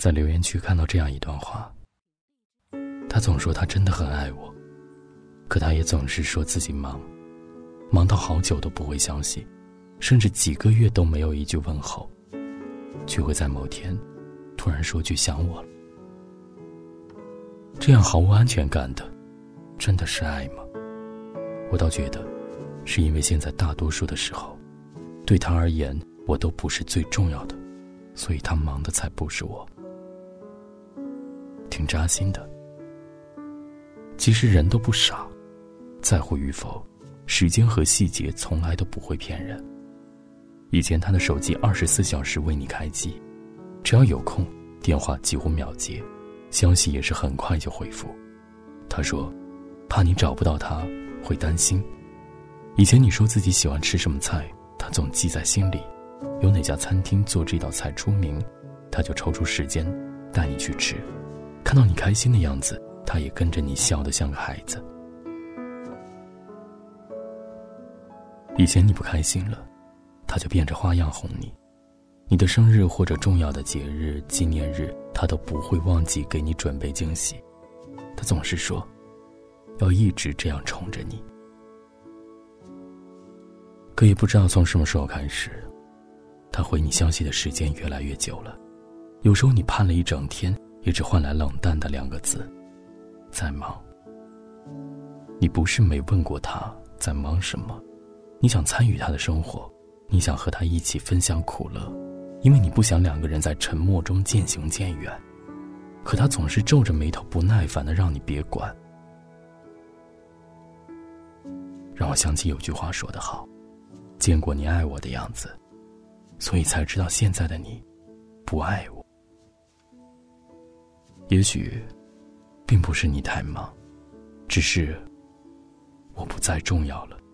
在留言区看到这样一段话，他总说他真的很爱我，可他也总是说自己忙到好久都不会消息，甚至几个月都没有一句问候，却会在某天突然说句想我了。这样毫无安全感的，真的是爱吗？我倒觉得，是因为现在大多数的时候，对他而言我都不是最重要的，所以他忙的才不是我。挺扎心的。其实人都不傻，在乎与否，时间和细节从来都不会骗人。以前他的手机24小时为你开机，只要有空，电话几乎秒接，消息也是很快就回复。他说怕你找不到他会担心。以前你说自己喜欢吃什么菜，他总记在心里，有哪家餐厅做这道菜出名，他就抽出时间带你去吃。看到你开心的样子，他也跟着你笑得像个孩子。以前你不开心了，他就变着花样哄你，你的生日或者重要的节日、纪念日，他都不会忘记给你准备惊喜。他总是说要一直这样宠着你。可也不知道从什么时候开始，他回你消息的时间越来越久了，有时候你盼了一整天，也只换来冷淡的2个字：在忙。你不是没问过他在忙什么，你想参与他的生活，你想和他一起分享苦乐，因为你不想2个人在沉默中渐行渐远。可他总是皱着眉头，不耐烦地让你别管。让我想起有句话说得好，见过你爱我的样子，所以才知道现在的你不爱我。也许并不是你太忙，只是我不再重要了。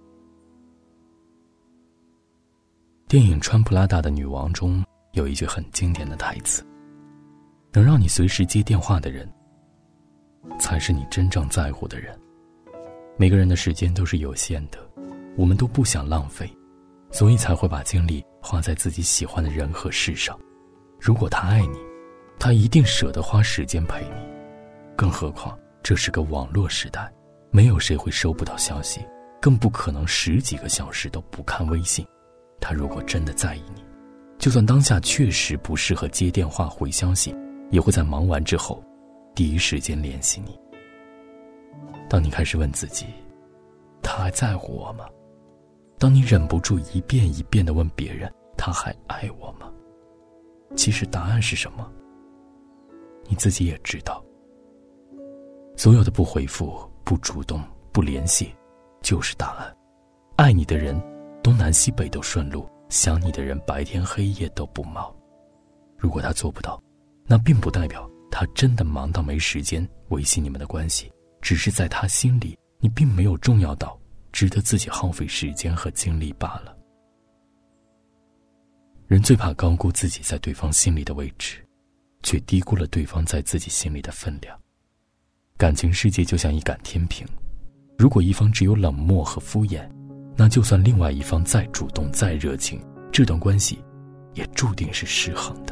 电影《穿普拉达的女王》中有一句很经典的台词：能让你随时接电话的人，才是你真正在乎的人。每个人的时间都是有限的，我们都不想浪费，所以才会把精力花在自己喜欢的人和事上。如果他爱你，他一定舍得花时间陪你。更何况这是个网络时代，没有谁会收不到消息，更不可能10几个小时都不看微信。他如果真的在意你，就算当下确实不适合接电话回消息，也会在忙完之后第一时间联系你。当你开始问自己，他还在乎我吗？当你忍不住一遍一遍地问别人，他还爱我吗？其实答案是什么，你自己也知道。所有的不回复、不主动、不联系，就是答案。爱你的人东南西北都顺路，想你的人白天黑夜都不忙。如果他做不到，那并不代表他真的忙到没时间维系你们的关系，只是在他心里你并没有重要到值得自己耗费时间和精力罢了。人最怕高估自己在对方心里的位置，却低估了对方在自己心里的分量。感情世界就像一杆天平，如果一方只有冷漠和敷衍，那就算另外一方再主动再热情，这段关系也注定是失衡的。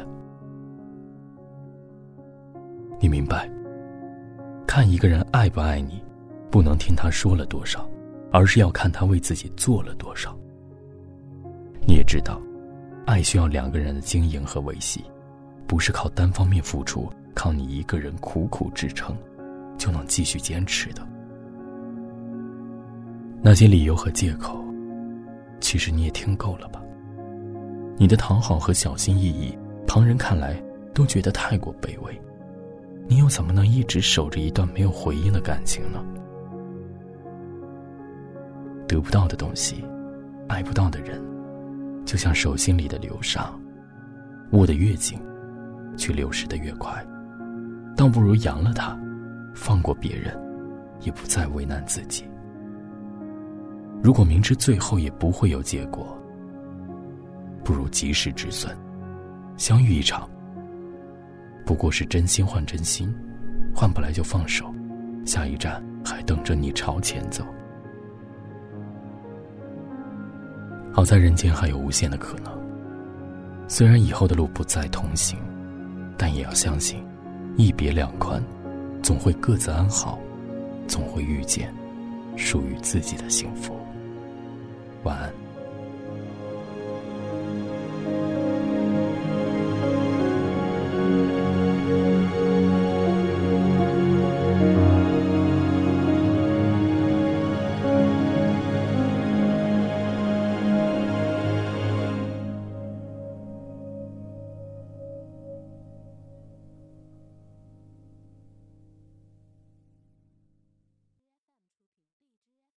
你明白，看一个人爱不爱你，不能听他说了多少，而是要看他为自己做了多少。你也知道，爱需要2个人的经营和维系，不是靠单方面付出，靠你一个人苦苦支撑就能继续坚持的。那些理由和借口，其实你也听够了吧？你的讨好和小心翼翼，旁人看来都觉得太过卑微，你又怎么能一直守着一段没有回应的感情呢？得不到的东西，爱不到的人，就像手心里的流沙，握得越紧，却流失得越快。倒不如扬了它，放过别人，也不再为难自己。如果明知最后也不会有结果，不如及时止损。相遇一场，不过是真心换真心，换不来就放手，下一站还等着你朝前走。好在人间还有无限的可能，虽然以后的路不再同行， 但也要相信，一别两宽，总会各自安好，总会遇见属于自己的幸福。晚安。